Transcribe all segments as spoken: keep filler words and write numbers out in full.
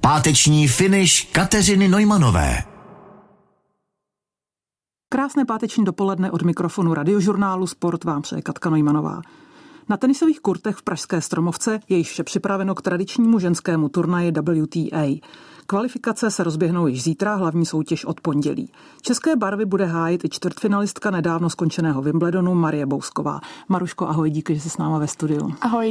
Páteční finish Kateřiny Neumanové. Krásné páteční dopoledne od mikrofonu Radiožurnálu Sport vám přeje Katka Neumannová. Na tenisových kurtech v pražské Stromovce je již vše připraveno k tradičnímu ženskému turnaji W T A. Kvalifikace se rozběhnou již zítra, hlavní soutěž od pondělí. České barvy bude hájit i čtvrtfinalistka nedávno skončeného Wimbledonu Marie Bousková. Maruško, ahoj, díky, že jsi s náma ve studiu. Ahoj.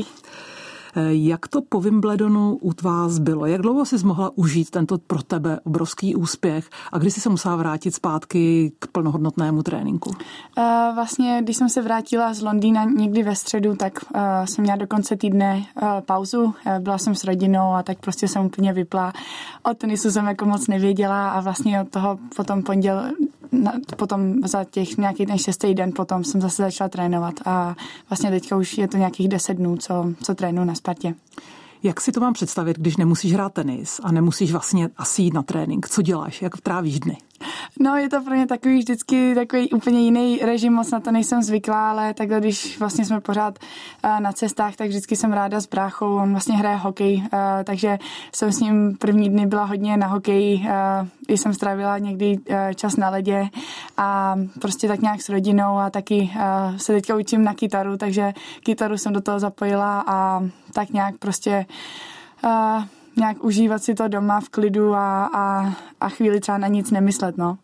Jak to po Wimbledonu u vás bylo? Jak dlouho jsi mohla užít tento pro tebe obrovský úspěch a kdy jsi se musela vrátit zpátky k plnohodnotnému tréninku? Uh, vlastně, když jsem se vrátila z Londýna někdy ve středu, tak uh, jsem měla do konce týdne uh, pauzu. Uh, byla jsem s rodinou a tak prostě jsem úplně vypla. O tenisu jsem jako moc nevěděla a vlastně od toho potom ponděl, na, potom za těch nějaký ten šestý den potom jsem zase začala trénovat a vlastně teďka už je to nějakých deset dnů, co, co trénuju na Spartě. Jak si to mám představit, když nemusíš hrát tenis a nemusíš vlastně asi jít na trénink? Co děláš? Jak trávíš dny? No, je to pro mě takový vždycky takový úplně jiný režim, moc na to nejsem zvyklá, ale takhle, když vlastně jsme pořád uh, na cestách, tak vždycky jsem ráda s bráchou, on vlastně hraje hokej, uh, takže jsem s ním první dny byla hodně na hokeji, uh, i jsem strávila někdy uh, čas na ledě a prostě tak nějak s rodinou a taky uh, se teďka učím na kytaru, takže kytaru jsem do toho zapojila a tak nějak prostě uh, nějak užívat si to doma v klidu a, a, a chvíli třeba na nic nemyslet, no.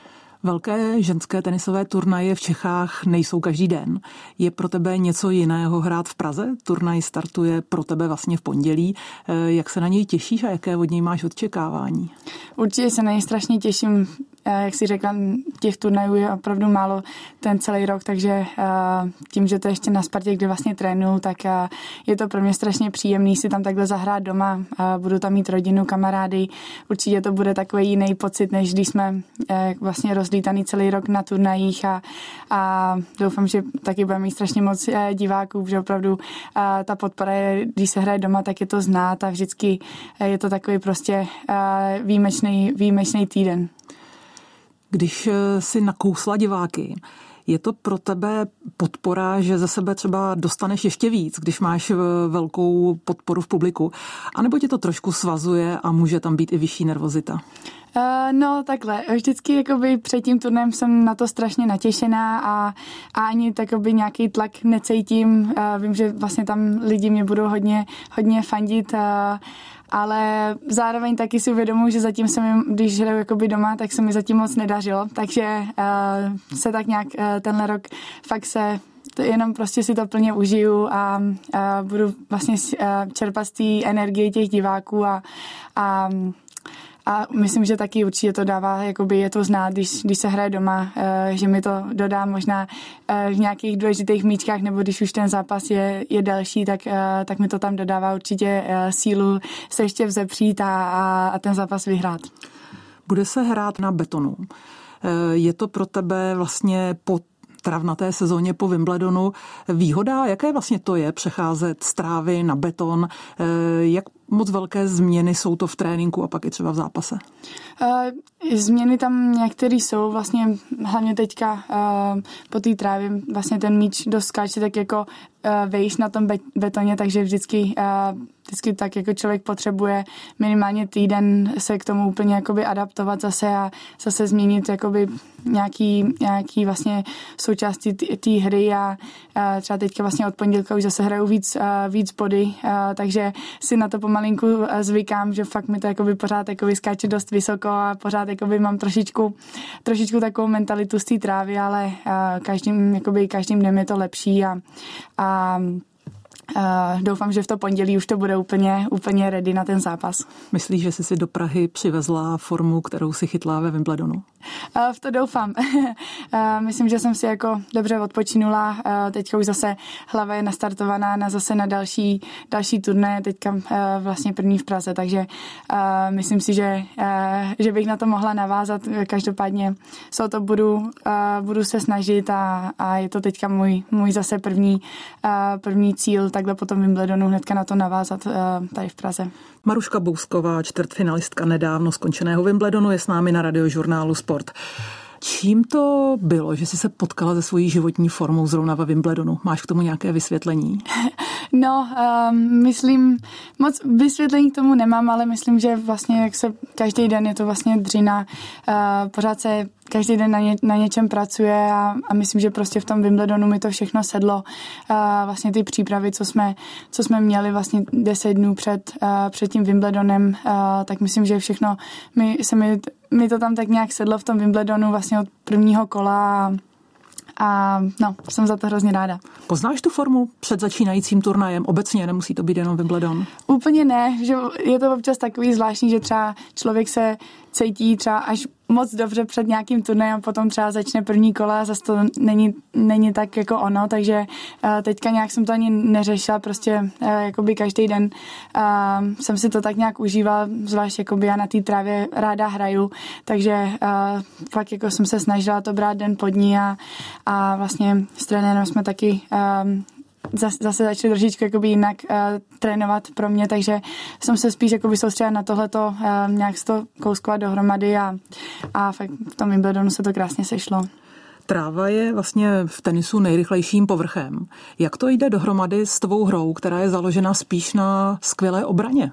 Velké ženské tenisové turnaje v Čechách nejsou každý den. Je pro tebe něco jiného hrát v Praze? Turnaj startuje pro tebe vlastně v pondělí. Jak se na něj těšíš a jaké od něj máš očekávání? Určitě se na něj strašně těším. Jak si řekla, těch turnajů je opravdu málo ten celý rok, takže tím, že to ještě na Spartě, kde vlastně trénuju, tak je to pro mě strašně příjemný si tam takhle zahrát doma. Budu tam mít rodinu, kamarády. Určitě to bude takový jiný pocit, než když jsme vlastně rozlítaný celý rok na turnajích a, a doufám, že taky budeme mít strašně moc diváků, že opravdu ta podpora je, když se hraje doma, tak je to znát a vždycky je to takový prostě výjimečný, výjimečný týden. Když si nakousla diváky, je to pro tebe podpora, že ze sebe třeba dostaneš ještě víc, když máš velkou podporu v publiku, anebo tě to trošku svazuje a může tam být i vyšší nervozita? Uh, no takhle, vždycky jakoby před tím turnem jsem na to strašně natěšená a, a ani takoby nějaký tlak necítím. Uh, vím, že vlastně tam lidi mě budou hodně, hodně fandit, uh, ale zároveň taky si uvědomuji, že zatím se mi, když hraju jakoby doma, tak se mi zatím moc nedařilo, takže uh, se tak nějak uh, tenhle rok fakt se jenom prostě si to plně užiju a, a budu vlastně uh, čerpat z té energie těch diváků a, a A myslím, že taky určitě to dává, jakoby je to znát, když, když se hraje doma, že mi to dodá možná v nějakých důležitých míčkách, nebo když už ten zápas je, je delší, tak, tak mi to tam dodává určitě sílu se ještě vzepřít a, a, a ten zápas vyhrát. Bude se hrát na betonu. Je to pro tebe vlastně po travnaté sezóně po Wimbledonu výhoda? Jaké vlastně to je přecházet z trávy na beton? Jak moc velké změny jsou to v tréninku a pak i třeba v zápase? Uh, změny tam některé jsou, vlastně hlavně teďka uh, po té trávě vlastně ten míč dost skáče tak jako uh, vejš na tom be- betoně, takže vždycky, uh, vždycky tak jako člověk potřebuje minimálně týden se k tomu úplně jakoby adaptovat zase a zase změnit jakoby nějaký, nějaký vlastně součástí té hry a uh, třeba teďka vlastně od pondělka už zase hraju víc, uh, víc body, uh, takže si na to pomalinku zvykám, že fakt mi to jakoby pořád jakoby skáče dost vysoko a pořád jakoby mám trošičku, trošičku takovou mentalitu z té trávy, ale uh, každým, jakoby každým dnem je to lepší a, a Uh, doufám, že v to pondělí už to bude úplně, úplně ready na ten zápas. Myslíš, že jsi si do Prahy přivezla formu, kterou si chytla ve Wimbledonu? Uh, v to doufám. uh, myslím, že jsem si jako dobře odpočinula. Uh, teďka už zase hlava je nastartovaná na zase na další, další turné, teďka uh, vlastně první v Praze, takže uh, myslím si, že, uh, že bych na to mohla navázat. Každopádně se o to budu, uh, budu se snažit a, a je to teďka můj, můj zase první, uh, první cíl, takhle potom Wimbledonu hnedka na to navázat uh, tady v Praze. Maruška Bousková, čtvrtfinalistka nedávno skončeného Wimbledonu, je s námi na Radiožurnálu Sport. Čím to bylo, že jsi se potkala se svojí životní formou zrovna ve Wimbledonu? Máš k tomu nějaké vysvětlení? No, um, myslím, moc vysvětlení k tomu nemám, ale myslím, že vlastně jak se každý den je to vlastně dřina, uh, pořád se každý den na, ně, na něčem pracuje a, a myslím, že prostě v tom Wimbledonu mi to všechno sedlo. Uh, vlastně ty přípravy, co jsme, co jsme měli vlastně deset dnů před, uh, před tím Wimbledonem, uh, tak myslím, že všechno mi, se mi, mi to tam tak nějak sedlo v tom Wimbledonu vlastně od prvního kola a A no, jsem za to hrozně ráda. Poznáš tu formu před začínajícím turnajem? Obecně nemusí to být jenom Wimbledon. Úplně ne, že je to občas takový zvláštní, že třeba člověk se cítí třeba až moc dobře před nějakým turnajem a potom třeba začne první kola a zase to není, není tak jako ono, takže uh, teďka nějak jsem to ani neřešila, prostě uh, jakoby každý den uh, jsem si to tak nějak užívala, zvlášť jakoby já na té trávě ráda hraju, takže uh, fakt jako jsem se snažila to brát den pod ní a, a vlastně s trenérem jsme taky um, zase začali trošičku jakoby jinak uh, trénovat pro mě, takže jsem se spíš jakoby soustředila na tohleto, uh, nějak se to kouskovat dohromady a, a fakt v tom Wimbledonu se to krásně sešlo. Tráva je vlastně v tenisu nejrychlejším povrchem. Jak to jde dohromady s tvou hrou, která je založena spíš na skvělé obraně?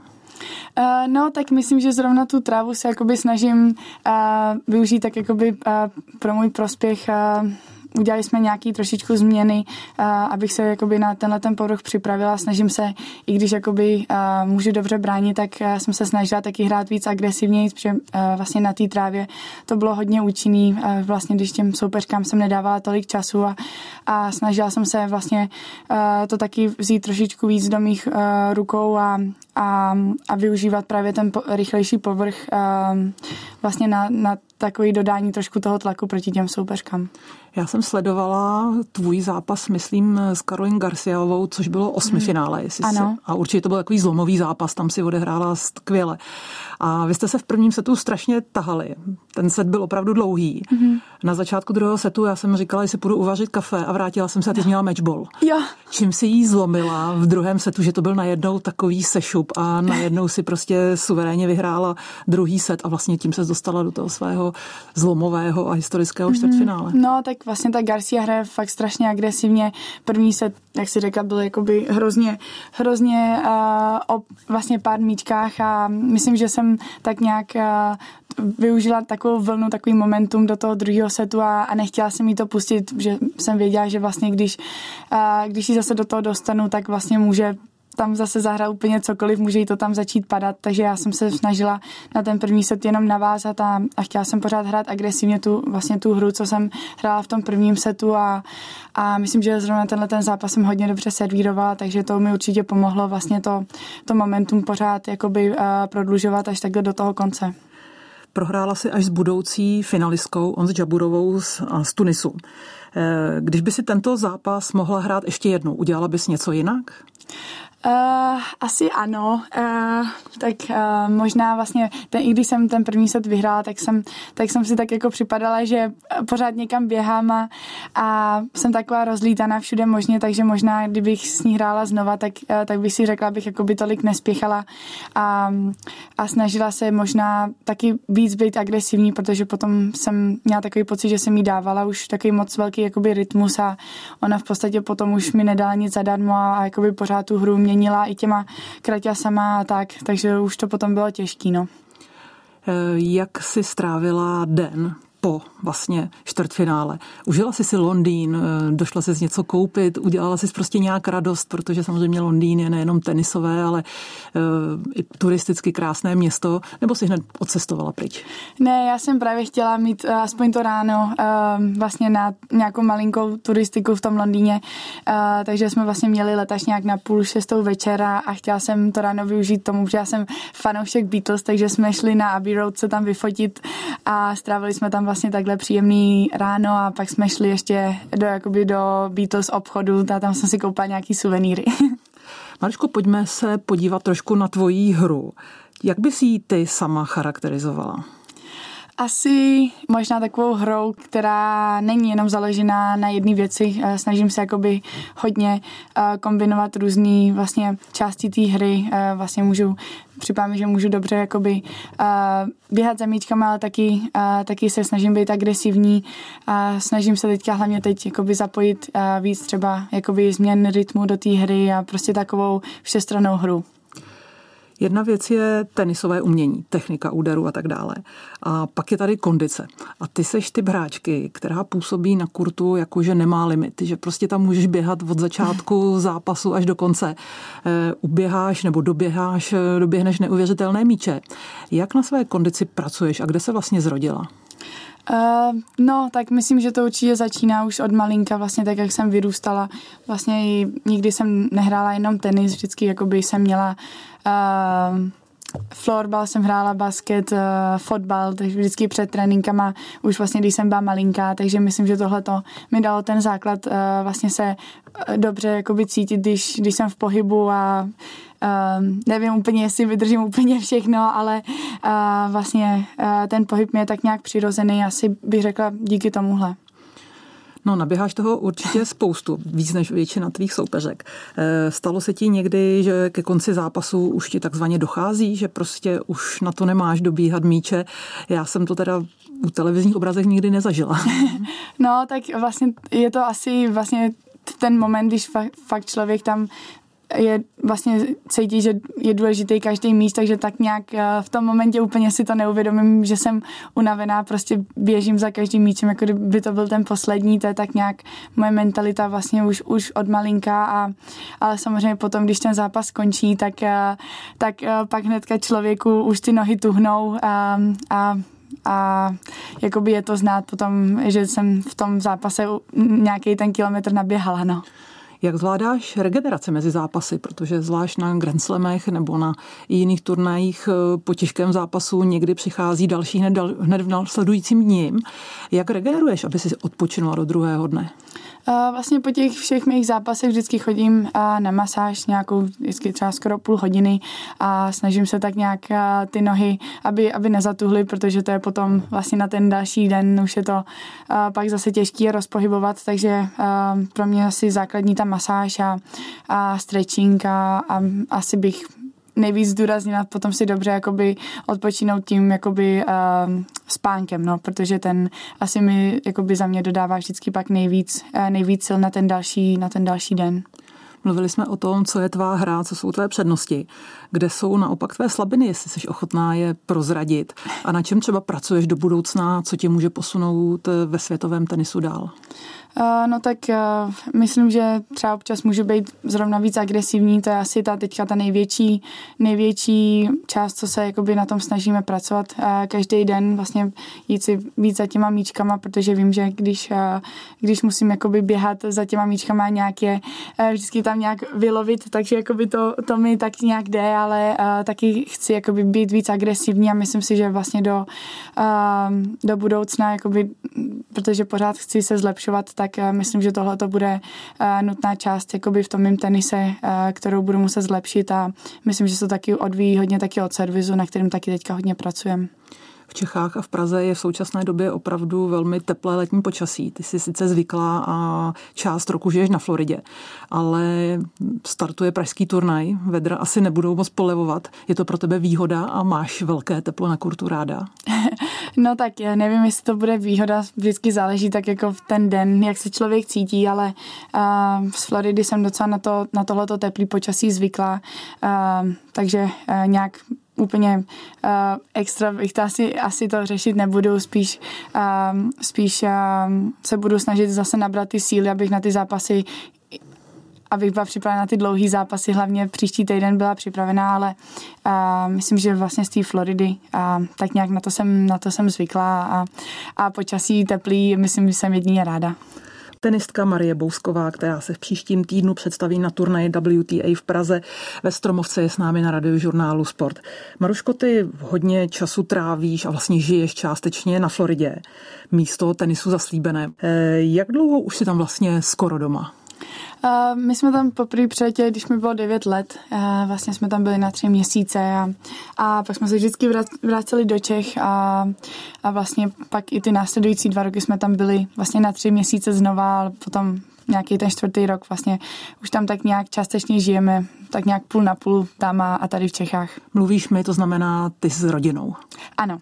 Uh, no, tak myslím, že zrovna tu trávu se jakoby snažím uh, využít tak jakoby uh, pro můj prospěch. Uh, Udělali jsme nějaký trošičku změny, uh, abych se jakoby na tenhle ten povrch připravila. Snažím se, i když jakoby uh, můžu dobře bránit, tak uh, jsem se snažila taky hrát víc agresivněji, protože uh, vlastně na té trávě to bylo hodně účinný. Uh, vlastně když těm soupeřkám jsem nedávala tolik času a, a snažila jsem se vlastně uh, to taky vzít trošičku víc do mých uh, rukou a, a, a využívat právě ten po, rychlejší povrch uh, vlastně na, na takový dodání trošku toho tlaku proti těm soupeřkám. Já jsem sledovala tvůj zápas, myslím, s Caroline Garciaovou, což bylo osmifinále. Jestli ano. Se, a určitě to byl takový zlomový zápas, tam si odehrála skvěle. A vy jste se v prvním setu strašně tahali. Ten set byl opravdu dlouhý. Mm-hmm. Na začátku druhého setu já jsem říkala, že si půjdu uvařit kafe a vrátila jsem se a ty jsi měla matchball. Jo. Čím si jí zlomila v druhém setu, že to byl najednou takový sešup a najednou si prostě suverénně vyhrála druhý set a vlastně tím se dostala do toho svého zlomového a historického čtvrtfinále. No, tak vlastně ta Garcia hraje fakt strašně agresivně. První set, jak si řekla, byl jakoby hrozně, hrozně uh, o vlastně pár míčkách a myslím, že jsem tak nějak uh, využila takovou vlnu, takový momentum do toho druhého setu a, a nechtěla jsem jí to pustit, že jsem věděla, že vlastně když, uh, když ji zase do toho dostanu, tak vlastně může tam zase zahrát úplně cokoliv, může jí to tam začít padat, takže já jsem se snažila na ten první set jenom navázat a, a chtěla jsem pořád hrát agresivně tu, vlastně tu hru, co jsem hrála v tom prvním setu a, a myslím, že zrovna tenhle ten zápas jsem hodně dobře servírovala, takže to mi určitě pomohlo vlastně to, to momentum pořád jakoby uh, prodlužovat až takhle do toho konce. Prohrála si až s budoucí finalistkou Ons Jaburovou z, z Tunisu. Když by si tento zápas mohla hrát ještě jednou, udělala bys něco jinak? Uh, asi ano, uh, tak uh, možná vlastně, ten, i když jsem ten první set vyhrála, tak jsem, tak jsem si tak jako připadala, že pořád někam běhám a, a jsem taková rozlítaná všude možně, takže možná, kdybych s ní hrála znova, tak, uh, tak bych si řekla, abych jakoby tolik nespěchala a, a snažila se možná taky víc být agresivní, protože potom jsem měla takový pocit, že jsem jí dávala už takový moc velký jakoby rytmus a ona v podstatě potom už mi nedala nic zadarmo a, a jakoby pořád tu hru měnila i těma kraťasama a tak, takže už to potom bylo těžký, no. Jak jsi strávila den po vlastně čtvrtfinále? Užila jsi si Londýn, došla jsi něco koupit, udělala jsi prostě nějak radost, protože samozřejmě Londýn je nejenom tenisové, ale i turisticky krásné město, nebo jsi hned odcestovala pryč? Ne, já jsem právě chtěla mít aspoň to ráno vlastně na nějakou malinkou turistiku v tom Londýně, takže jsme vlastně měli letaš nějak na půl šestou večera a chtěla jsem to ráno využít tomu, že já jsem fanoušek Beatles, takže jsme šli na Abbey Road se tam vyfotit a strávili jsme tam vlastně takhle příjemný ráno a pak jsme šli ještě do, jakoby do Beatles obchodu a tam jsem si koupila nějaký suvenýry. Maruško, pojďme se podívat trošku na tvoji hru. Jak bys ji ty sama charakterizovala? asi možná takovou hrou, která není jenom založená na jedné věci. Snažím se jakoby hodně kombinovat různé vlastně části té hry. Vlastně můžu, připadá mi, že můžu dobře jakoby běhat za míčkama, ale taky, taky se snažím být agresivní. Snažím se teďka hlavně teď jakoby zapojit víc třeba jakoby změn rytmu do té hry a prostě takovou všestrannou hru. Jedna věc je tenisové umění, technika úderu a tak dále. A pak je tady kondice. A ty seš typ hráčky, která působí na kurtu jako, že nemá limit, že prostě tam můžeš běhat od začátku zápasu až do konce. E, uběháš nebo doběháš, doběhneš neuvěřitelné míče. Jak na své kondici pracuješ a kde se vlastně zrodila? Uh, no, tak myslím, že to určitě začíná už od malinka, vlastně tak, jak jsem vyrůstala. Vlastně nikdy jsem nehrála jenom tenis, vždycky jakoby jsem měla uh, florbal, jsem hrála basket, uh, fotbal, takže vždycky před tréninkama, už vlastně, když jsem byla malinká, takže myslím, že tohleto mi dalo ten základ uh, vlastně se dobře jakoby cítit, když, když jsem v pohybu a Uh, nevím úplně, jestli vydržím úplně všechno, ale uh, vlastně uh, ten pohyb mě je tak nějak přirozený, asi bych řekla díky tomuhle. No, naběháš toho určitě spoustu, víc než většina tvých soupeřek. Stalo se ti někdy, že ke konci zápasu už ti takzvaně dochází, že prostě už na to nemáš dobíhat míče? Já jsem to teda u televizních obrazech nikdy nezažila. No, tak vlastně je to asi vlastně ten moment, když fakt, fakt člověk tam je vlastně cítí, že je důležitý každý míč, takže tak nějak v tom momentě úplně si to neuvědomím, že jsem unavená, prostě běžím za každým míčem, jako kdyby to byl ten poslední, to je tak nějak moje mentalita vlastně už, už od malinka, a, ale samozřejmě potom, když ten zápas skončí, tak, tak pak hnedka člověku už ty nohy tuhnou a, a a jakoby je to znát potom, že jsem v tom zápase nějaký ten kilometr naběhala, no. Jak zvládáš regeneraci mezi zápasy, protože zvlášť na Grand Slamech nebo na jiných turnajích po těžkém zápasu někdy přichází další hned, hned v následujícím dním. Jak regeneruješ, aby si odpočinula do druhého dne? Vlastně po těch všech mých zápasech vždycky chodím na masáž nějakou, vždycky třeba skoro půl hodiny a snažím se tak nějak ty nohy, aby, aby nezatuhly, protože to je potom vlastně na ten další den už je to pak zase těžký rozpohybovat, takže pro mě asi základní ta masáž a, a stretching a, a asi bych nejvíc zdůraznila potom si dobře jakoby odpočinout tím jakoby uh, spánkem, no, protože ten asi mi jakoby za mě dodává vždycky pak nejvíc, uh, nejvíc sil na ten další, na ten další den. Mluvili jsme o tom, co je tvá hra, co jsou tvé přednosti, kde jsou naopak tvé slabiny, jestli jsi ochotná je prozradit a na čem třeba pracuješ do budoucna, co tě může posunout ve světovém tenisu dál? Uh, no tak uh, myslím, že třeba občas můžu být zrovna víc agresivní, to je asi ta teďka ta největší, největší část, co se jakoby na tom snažíme pracovat uh, každý den, vlastně jít si víc za těma míčkama, protože vím, že když, uh, když musím jakoby běhat za těma míčkama nějak je uh, vždycky tam nějak vylovit, takže jakoby to, to mi tak nějak jde, ale uh, taky chci jakoby být víc agresivní a myslím si, že vlastně do, uh, do budoucna, jakoby, protože pořád chci se zlepšovat, tak myslím, že tohle to bude nutná část jakoby v tom mým tenise, kterou budu muset zlepšit a myslím, že se to taky odvíjí hodně taky od servisu, na kterém taky teďka hodně pracujeme. V Čechách a v Praze je v současné době opravdu velmi teplé letní počasí. Ty jsi sice zvyklá a část roku žiješ na Floridě, ale startuje pražský turnaj, vedra asi nebudou moc polevovat. Je to pro tebe výhoda a máš velké teplo na kurtu ráda? No tak já nevím, jestli to bude výhoda, vždycky záleží tak jako v ten den, jak se člověk cítí, ale uh, z Floridy jsem docela na, to, na tohleto teplý počasí zvyklá, uh, takže uh, nějak úplně uh, extra bych to asi, asi to řešit nebudu, spíš, uh, spíš uh, se budu snažit zase nabrat ty síly, abych na ty zápasy, abych byla připravena na ty dlouhý zápasy, hlavně příští týden byla připravená, ale uh, myslím, že vlastně z té Floridy uh, tak nějak na to jsem, na to jsem zvyklá a, a počasí teplý, myslím, že jsem jedině ráda. Tenistka Marie Bousková, která se v příštím týdnu představí na turnaji W T A v Praze ve Stromovce, je s námi na Radiožurnálu Sport. Maruško, ty hodně času trávíš a vlastně žiješ částečně na Floridě, místo tenisu zaslíbené. Jak dlouho už jsi tam vlastně skoro doma? Uh, my jsme tam poprvé přiletěli, když mi bylo devět let. Uh, vlastně jsme tam byli na tři měsíce a, a pak jsme se vždycky vraceli do Čech a, a vlastně pak i ty následující dva roky jsme tam byli vlastně na tři měsíce znova, ale potom nějaký ten čtvrtý rok vlastně už tam tak nějak částečně žijeme, tak nějak půl na půl tam a, a tady v Čechách. Mluvíš mi, to znamená ty s rodinou. Ano.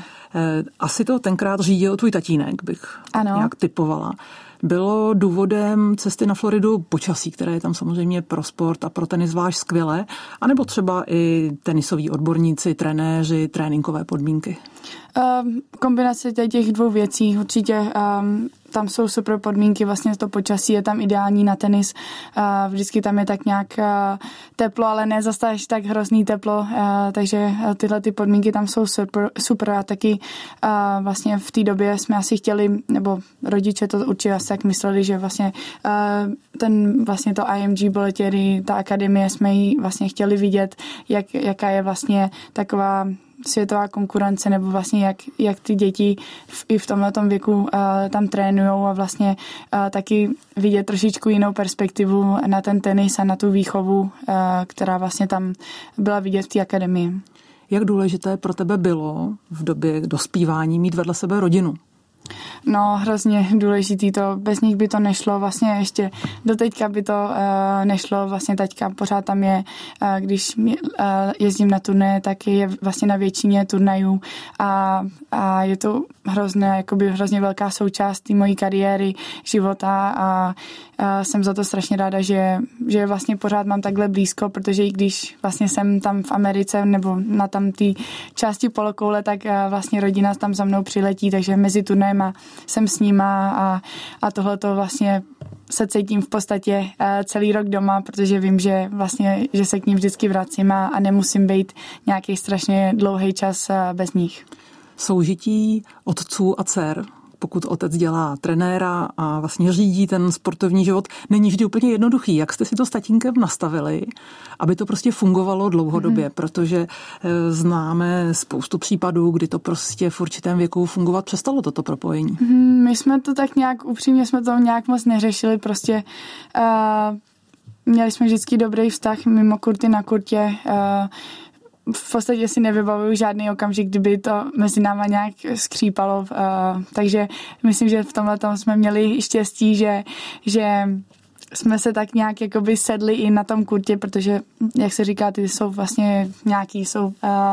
Asi to tenkrát řídil tvůj tatínek, bych ano. nějak typovala. Bylo důvodem cesty na Floridu počasí, které je tam samozřejmě pro sport a pro tenis zvlášť skvělé, anebo třeba i tenisoví odborníci, trenéři, tréninkové podmínky? Um, kombinace těch dvou věcí. Určitě um, tam jsou super podmínky, vlastně to počasí je tam ideální na tenis. Uh, vždycky tam je tak nějak uh, teplo, ale ne zase až tak hrozný teplo, uh, takže tyhle ty podmínky tam jsou super, super a taky uh, vlastně v té době jsme asi chtěli, nebo rodiče to určitě asi tak mysleli, že vlastně uh, ten vlastně to I M G Bollettieri, ta akademie, jsme ji vlastně chtěli vidět, jak, jaká je vlastně taková světová konkurence, nebo vlastně jak, jak ty děti v, i v tomhletom věku uh, tam trénujou a vlastně uh, taky vidět trošičku jinou perspektivu na ten tenis a na tu výchovu, uh, která vlastně tam byla vidět v té akademii. Jak důležité pro tebe bylo v době dospívání mít vedle sebe rodinu? No, hrozně důležitý to, bez nich by to nešlo, vlastně ještě doteďka by to uh, nešlo, vlastně taťka pořád tam je, uh, když uh, jezdím na turnaje, tak je vlastně na většině turnajů a, a je to hrozně, jakoby hrozně velká součást té mojí kariéry, života a uh, jsem za to strašně ráda, že, že vlastně pořád mám takhle blízko, protože i když vlastně jsem tam v Americe nebo na tam té části polokoule, tak uh, vlastně rodina tam za mnou přiletí, takže mezi turnajem a jsem s nima a, a tohleto vlastně se cítím v podstatě uh, celý rok doma, protože vím, že vlastně, že se k ním vždycky vracím a, a nemusím být nějaký strašně dlouhý čas uh, bez nich. Soužití otců a dcer, pokud otec dělá trenéra a vlastně řídí ten sportovní život, není vždy úplně jednoduchý. Jak jste si to s tatínkem nastavili, aby to prostě fungovalo dlouhodobě, mm-hmm. protože známe spoustu případů, kdy to prostě v určitém věku fungovat přestalo, toto propojení. Mm, my jsme to tak nějak, upřímně jsme to nějak moc neřešili, prostě uh, měli jsme vždycky dobrý vztah mimo kurty na kurtě, uh, v podstatě si nevybavuju žádný okamžik, kdyby to mezi náma nějak skřípalo. Uh, takže myslím, že v tomhle tom jsme měli štěstí, že, že jsme se tak nějak jakoby sedli i na tom kurtě, protože, jak se říká, ty jsou vlastně nějaký, jsou uh,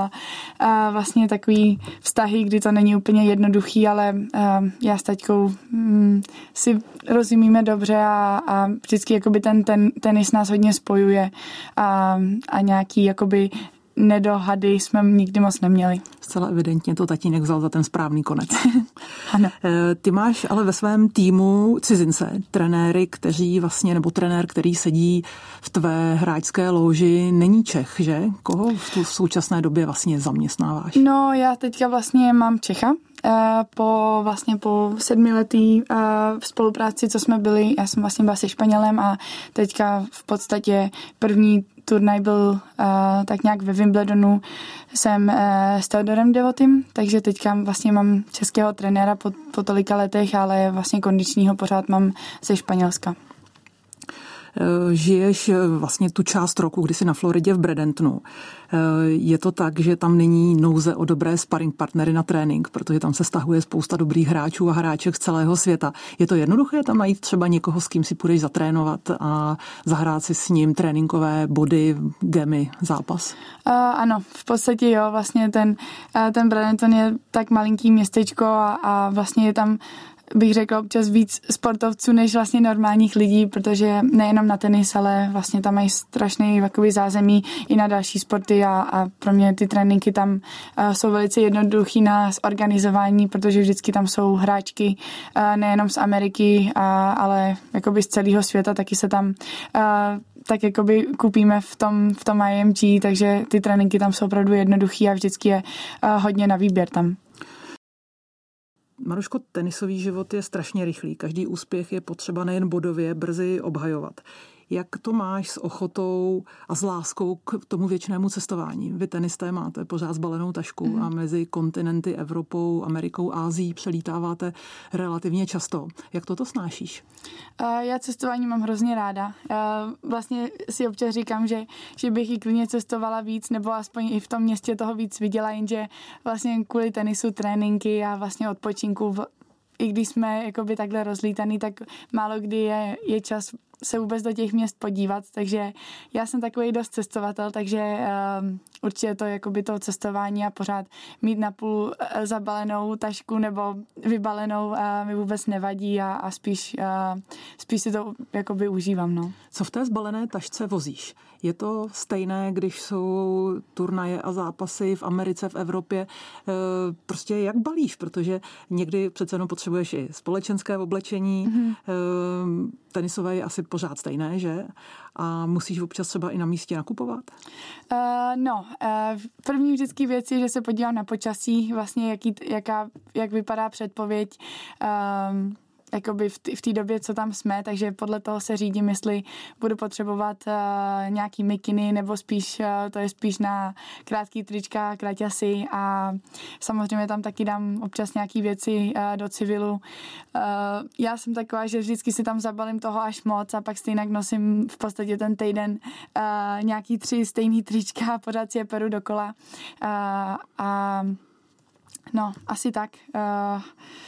uh, vlastně takový vztahy, kdy to není úplně jednoduchý, ale uh, já s taťkou um, si rozumíme dobře a, a vždycky jakoby ten, ten tenis nás hodně spojuje a, a nějaký jakoby nedohady jsme nikdy moc neměli. Zcela evidentně to tatínek vzal za ten správný konec. Ano. Ty máš ale ve svém týmu cizince, trenéry, kteří vlastně, nebo trenér, který sedí v tvé hráčské loži, není Čech, že? Koho v, tu, v současné době vlastně zaměstnáváš? No, já teďka vlastně mám Čecha. Po vlastně po sedmiletý spolupráci, co jsme byli, já jsem vlastně byla se Španělem a teďka v podstatě první turnaj byl uh, tak nějak ve Wimbledonu, jsem uh, s Teodorem Devotym, takže teďka vlastně mám českého trenéra po, po tolika letech, ale vlastně kondičního pořád mám ze Španělska. Žiješ vlastně tu část roku, kdy jsi na Floridě v Bradentonu. Je to tak, že tam není nouze o dobré sparring partnery na trénink, protože tam se stahuje spousta dobrých hráčů a hráček z celého světa. Je to jednoduché tam najít třeba někoho, s kým si půjdeš zatrénovat a zahrát si s ním tréninkové body, gemy, zápas? Uh, ano, v podstatě jo, vlastně ten, uh, ten Bradenton je tak malinký městečko a, a vlastně je tam, bych řekla, občas víc sportovců než vlastně normálních lidí, protože nejenom na tenis, ale vlastně tam mají strašný takový zázemí i na další sporty a, a pro mě ty tréninky tam uh, jsou velice jednoduchý na zorganizování, protože vždycky tam jsou hráčky uh, nejenom z Ameriky, uh, ale jakoby z celého světa, taky se tam uh, tak jakoby kupíme v tom, v tom I M G, takže ty tréninky tam jsou opravdu jednoduchý a vždycky je uh, hodně na výběr tam. Maruško, tenisový život je strašně rychlý. Každý úspěch je potřeba nejen bodově brzy obhajovat. Jak to máš s ochotou a s láskou k tomu věčnému cestování? Vy tenisté máte pořád zbalenou tašku mm. a mezi kontinenty Evropou, Amerikou, Ázií přelítáváte relativně často. Jak toto snášíš? Já cestování mám hrozně ráda. Vlastně si občas říkám, že, že bych i klidně cestovala víc, nebo aspoň i v tom městě toho víc viděla, jenže vlastně kvůli tenisu, tréninky a vlastně odpočinku, i když jsme jakoby takhle rozlítaný, tak málo kdy je, je čas se vůbec do těch měst podívat, takže já jsem takový dost cestovatel, takže um, určitě to jakoby to cestování a pořád mít napůl uh, zabalenou tašku nebo vybalenou uh, mi vůbec nevadí a, a spíš, uh, spíš si to jakoby užívám. No. Co v té zbalené tašce vozíš? Je to stejné, když jsou turnaje a zápasy v Americe, v Evropě? Uh, prostě jak balíš? Protože někdy přece jenom potřebuješ i společenské oblečení, mm-hmm. uh, tenisové je asi pořád stejné, že? A musíš občas třeba i na místě nakupovat? Uh, no, uh, první vždycky věc je, že se podívám na počasí, vlastně jaký, jaká, jak vypadá předpověď, um, jakoby v té době, co tam jsme, takže podle toho se řídím, jestli budu potřebovat uh, nějaký mikiny, nebo spíš, uh, to je spíš na krátký trička, kraťasy a samozřejmě tam taky dám občas nějaký věci uh, do civilu. Uh, já jsem taková, že vždycky si tam zabalím toho až moc a pak stejnak nosím v podstatě ten týden uh, nějaký tři stejný trička a pořád si je peru dokola. Uh, a no, asi tak. Uh,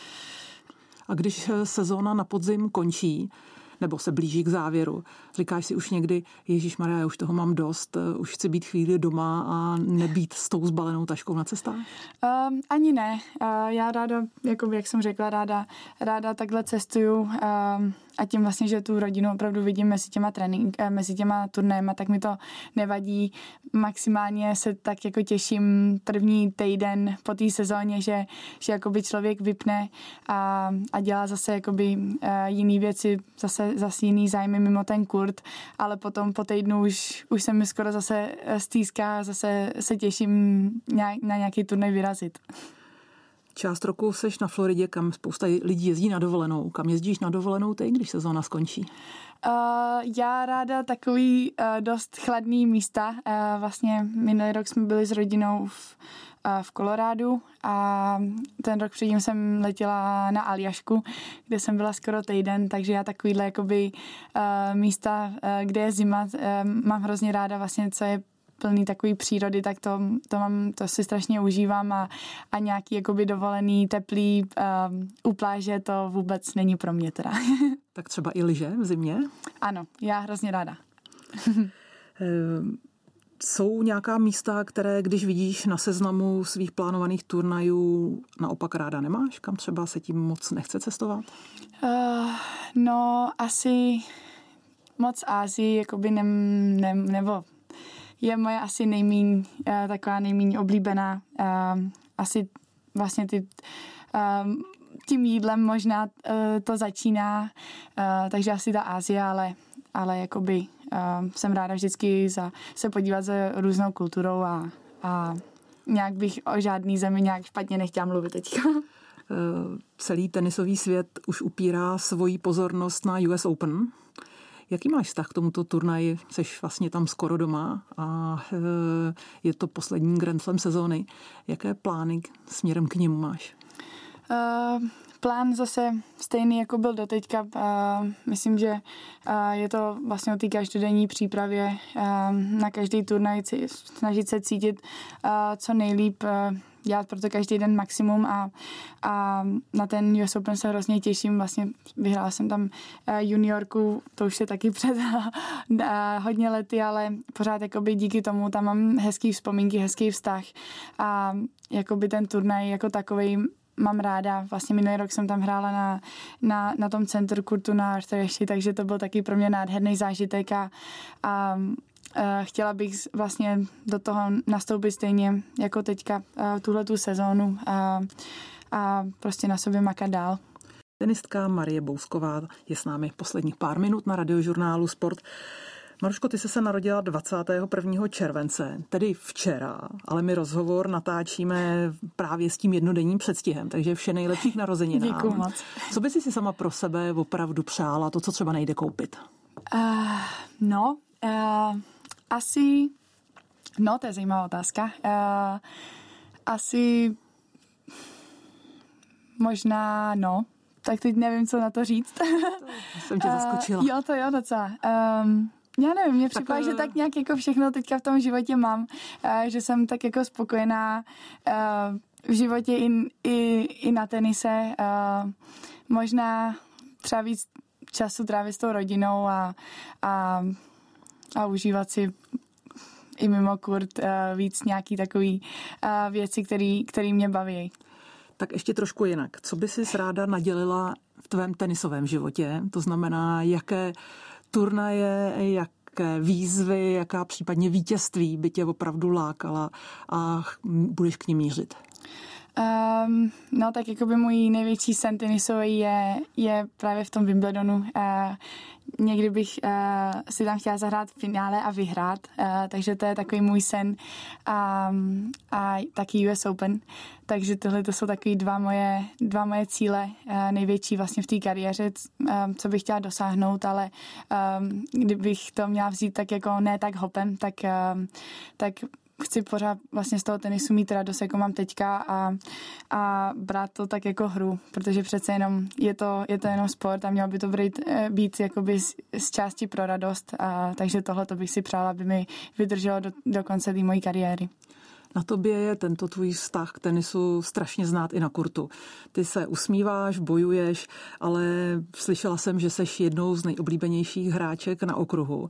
A když sezóna na podzim končí, nebo se blíží k závěru, říkáš si už někdy, ježišmarja, já už toho mám dost, už chci být chvíli doma a nebýt s tou zbalenou taškou na cestách? Um, ani ne. Uh, já ráda, jako jak jsem řekla, ráda, ráda takhle cestuju um, a tím vlastně, že tu rodinu opravdu vidím mezi těma trénink, mezi těma turnajema, tak mi to nevadí. Maximálně se tak jako těším první týden po té sezóně, že, že jakoby člověk vypne a, a dělá zase jakoby uh, jiný věci, zase, zase jiný zájmy mimo ten kurt, ale potom po týdnu už, už se mi skoro zase stýská, zase se těším na nějaký turnaj vyrazit. Část roku seš na Floridě, kam spousta lidí jezdí na dovolenou. Kam jezdíš na dovolenou ty, když sezóna skončí? Uh, já ráda takový uh, dost chladný místa. Uh, vlastně minulý rok jsme byli s rodinou v, uh, v Kolorádu a ten rok předtím jsem letěla na Aljašku, kde jsem byla skoro týden, takže já takovýhle jakoby uh, místa, uh, kde je zima, uh, mám hrozně ráda vlastně, co je plný takový přírody, tak to, to, mám, to si strašně užívám a, a nějaký jakoby dovolený, teplý um, u pláže to vůbec není pro mě teda. Tak třeba i lyže v zimě? Ano, já hrozně ráda. Jsou nějaká místa, které když vidíš na seznamu svých plánovaných turnajů, naopak ráda nemáš? Kam třeba se tím moc nechce cestovat? Uh, no, asi moc Ázii, jakoby ne, ne, nebo je moje asi nejmíň, uh, taková nejmíň oblíbená. Uh, asi vlastně ty, uh, tím jídlem možná uh, to začíná, uh, takže asi ta Asie, ale, ale jakoby uh, jsem ráda vždycky za, se podívat za různou kulturou a, a nějak bych o žádný zemi nějak špatně nechtěla mluvit teďka. Uh, celý tenisový svět už upírá svoji pozornost na U S Open. Jaký máš vztah k tomuto turnaji? Seš vlastně tam skoro doma a je to poslední Grand Slam sezóny. Jaké plány směrem k němu máš? Uh, plán zase stejný, jako byl doteďka. Uh, myslím, že uh, je to vlastně o té každodenní přípravě uh, na každý turnaj, snažit se cítit uh, co nejlíp, uh, dělat proto každý den maximum a, a na ten U S Open se hrozně těším. Vlastně vyhrála jsem tam juniorku, to už je taky před hodně lety, ale pořád jakoby díky tomu tam mám hezký vzpomínky, hezký vztah a jakoby ten turnaj jako takovej mám ráda. Vlastně minulý rok jsem tam hrála na, na, na tom center kurtu na Arthur Ashe, takže to byl taky pro mě nádherný zážitek a, a chtěla bych vlastně do toho nastoupit stejně jako teďka tuhletu sezónu a, a prostě na sobě makat dál. Tenistka Marie Bousková je s námi posledních pár minut na Radiožurnálu Sport. Maruško, ty jsi se narodila dvacátého prvního července, tedy včera, ale my rozhovor natáčíme právě s tím jednodenním předstihem, takže vše nejlepší k narozeninám. Děkuju moc. Co by si si sama pro sebe opravdu přála, to, co třeba nejde koupit? Uh, no, uh, asi, no to je zajímavá otázka. Uh, asi možná, no, tak teď nevím, co na to říct. To jsem tě zaskočila. Uh, jo, to jo, docela. Um, já nevím, mně připadá, tak, že tak nějak jako všechno teďka v tom životě mám, uh, že jsem tak jako spokojená uh, v životě i, i, i na tenise. Uh, možná třeba víc času trávit s tou rodinou a, a, a užívat si i mimo kurt uh, víc nějaký takový uh, věci, který, který mě baví. Tak ještě trošku jinak. Co by si ráda nadělila v tvém tenisovém životě? To znamená, jaké turnaje, jaké výzvy, jaká případně vítězství by tě opravdu lákala a budeš k nim mířit? Um, no tak jakoby můj největší sen tenisový je, je právě v tom Wimbledonu. Uh, někdy bych uh, si tam chtěla zahrát v finále a vyhrát, uh, takže to je takový můj sen a, a taky U S Open. Takže tohle to jsou takový dva moje, dva moje cíle, uh, největší vlastně v té kariéře, uh, co bych chtěla dosáhnout, ale um, kdybych to měla vzít tak jako ne tak hopem, tak, uh, tak chci pořád vlastně z toho tenisu mít radost, jako mám teďka a, a brát to tak jako hru, protože přece jenom je to, je to jenom sport a mělo by to být, být jakoby z, z části pro radost, a, takže tohle to bych si přála, aby mi vydrželo do, do konce té mojí kariéry. Na tobě je tento tvůj vztah k tenisu strašně znát i na kurtu. Ty se usmíváš, bojuješ, ale slyšela jsem, že seš jednou z nejoblíbenějších hráček na okruhu.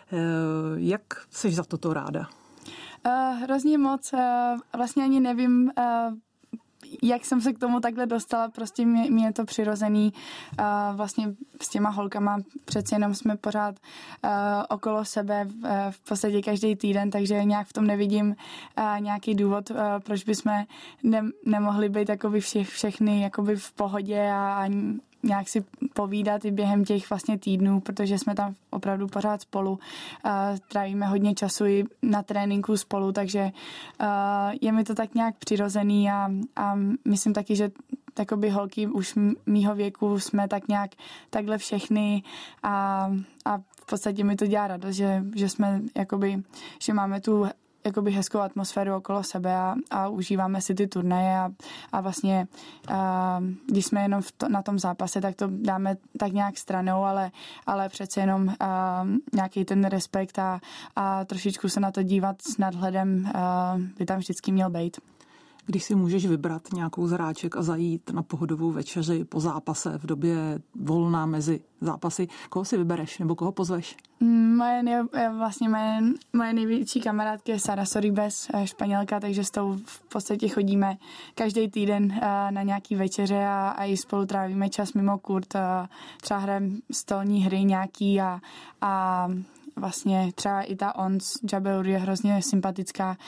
Jak seš za toto ráda? Uh, hrozně moc. Uh, vlastně ani nevím, uh, jak jsem se k tomu takhle dostala. Prostě mě, mě je to přirozený. Uh, vlastně s těma holkama přeci jenom jsme pořád uh, okolo sebe uh, v podstatě každý týden, takže nějak v tom nevidím uh, nějaký důvod, uh, proč bychom ne, nemohli být jakoby vše, všechny jakoby v pohodě a, a nějak si povídat i během těch vlastně týdnů, protože jsme tam opravdu pořád spolu. Uh, trávíme hodně času i na tréninku spolu, takže uh, je mi to tak nějak přirozený a, a myslím taky, že takoby holky už mýho věku jsme tak nějak takhle všechny a, a v podstatě mi to dělá radost, že, že jsme jakoby, že máme tu jakoby hezkou atmosféru okolo sebe a, a užíváme si ty turnaje a, a vlastně a, když jsme jenom v to, na tom zápase, tak to dáme tak nějak stranou, ale, ale přece jenom a, nějaký ten respekt a, a trošičku se na to dívat s nadhledem a, by tam vždycky měl být. Když si můžeš vybrat nějakou z hráček a zajít na pohodovou večeři po zápase v době volná mezi zápasy, koho si vybereš nebo koho pozveš? Moje, nej, vlastně moje, moje největší kamarádka je Sara Sorribes, Španělka, takže s tou v podstatě chodíme každý týden na nějaký večeře a, a i spolu trávíme čas mimo kurt. Třeba hrajeme stolní hry nějaký a, a vlastně třeba i ta Ons Jabeur je hrozně sympatická.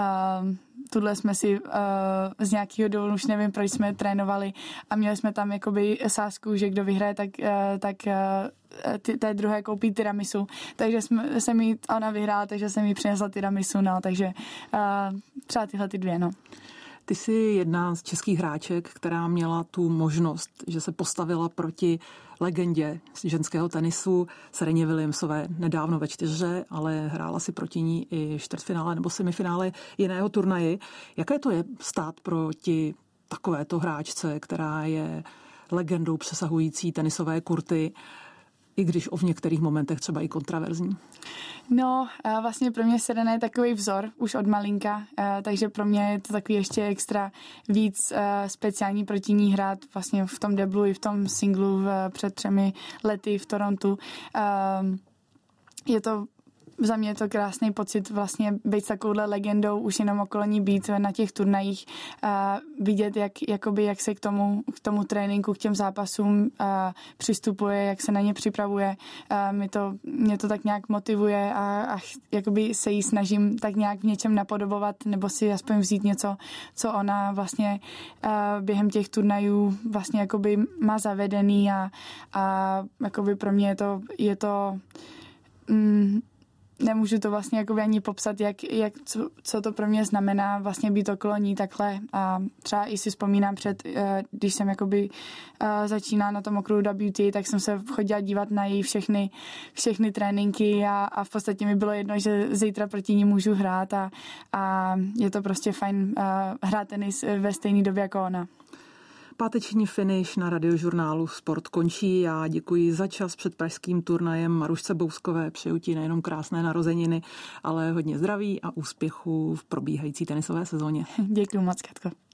Tuhle jsme si uh, z nějakého důvodu, už nevím, proč jsme trénovali a měli jsme tam jakoby sázku, že kdo vyhraje, tak, uh, tak uh, ty, té druhé koupí tiramisu. Takže jsme, se mi ona vyhrála, takže jsem jí přinesla tiramisu, no, takže uh, třeba tyhle ty dvě, no. Ty jsi jedna z českých hráček, která měla tu možnost, že se postavila proti legendě ženského tenisu Sereně Williamsové nedávno ve čtyřře, ale hrála si proti ní i čtvrtfinále nebo semifinále jiného turnaji. Jaké to je stát proti takovéto hráčce, která je legendou přesahující tenisové kurty, i když o v některých momentech třeba i kontraverzní? No, vlastně pro mě Serena je takový vzor už od malinka, takže pro mě je to takový ještě extra víc speciální proti ní hrát vlastně v tom deblu i v tom singlu před třemi lety v Torontu. Je to za mě je to krásný pocit vlastně být s takovouhle legendou, už jenom okolo ní být na těch turnajích, a vidět, jak, jakoby, jak se k tomu, k tomu tréninku, k těm zápasům a přistupuje, jak se na ně připravuje. A mě, to, mě to tak nějak motivuje a, a jakoby se jí snažím tak nějak v něčem napodobovat nebo si aspoň vzít něco, co ona vlastně během těch turnajů vlastně jakoby má zavedený a, a jakoby pro mě je to, je to mm, nemůžu to vlastně jakoby ani popsat, jak, jak, co, co to pro mě znamená vlastně být okolo ní takhle. A třeba i si vzpomínám před, když jsem jakoby začínala na tom okruhu W T, tak jsem se chodila dívat na její všechny, všechny tréninky a, a v podstatě mi bylo jedno, že zítra proti ní můžu hrát a, a je to prostě fajn hrát tenis ve stejné době jako ona. Páteční finish na Radiožurnálu Sport končí. Já děkuji za čas před pražským turnajem Marušce Bouskové. Přeju ti nejenom krásné narozeniny, ale hodně zdraví a úspěchu v probíhající tenisové sezóně. Děkuji moc, Katko.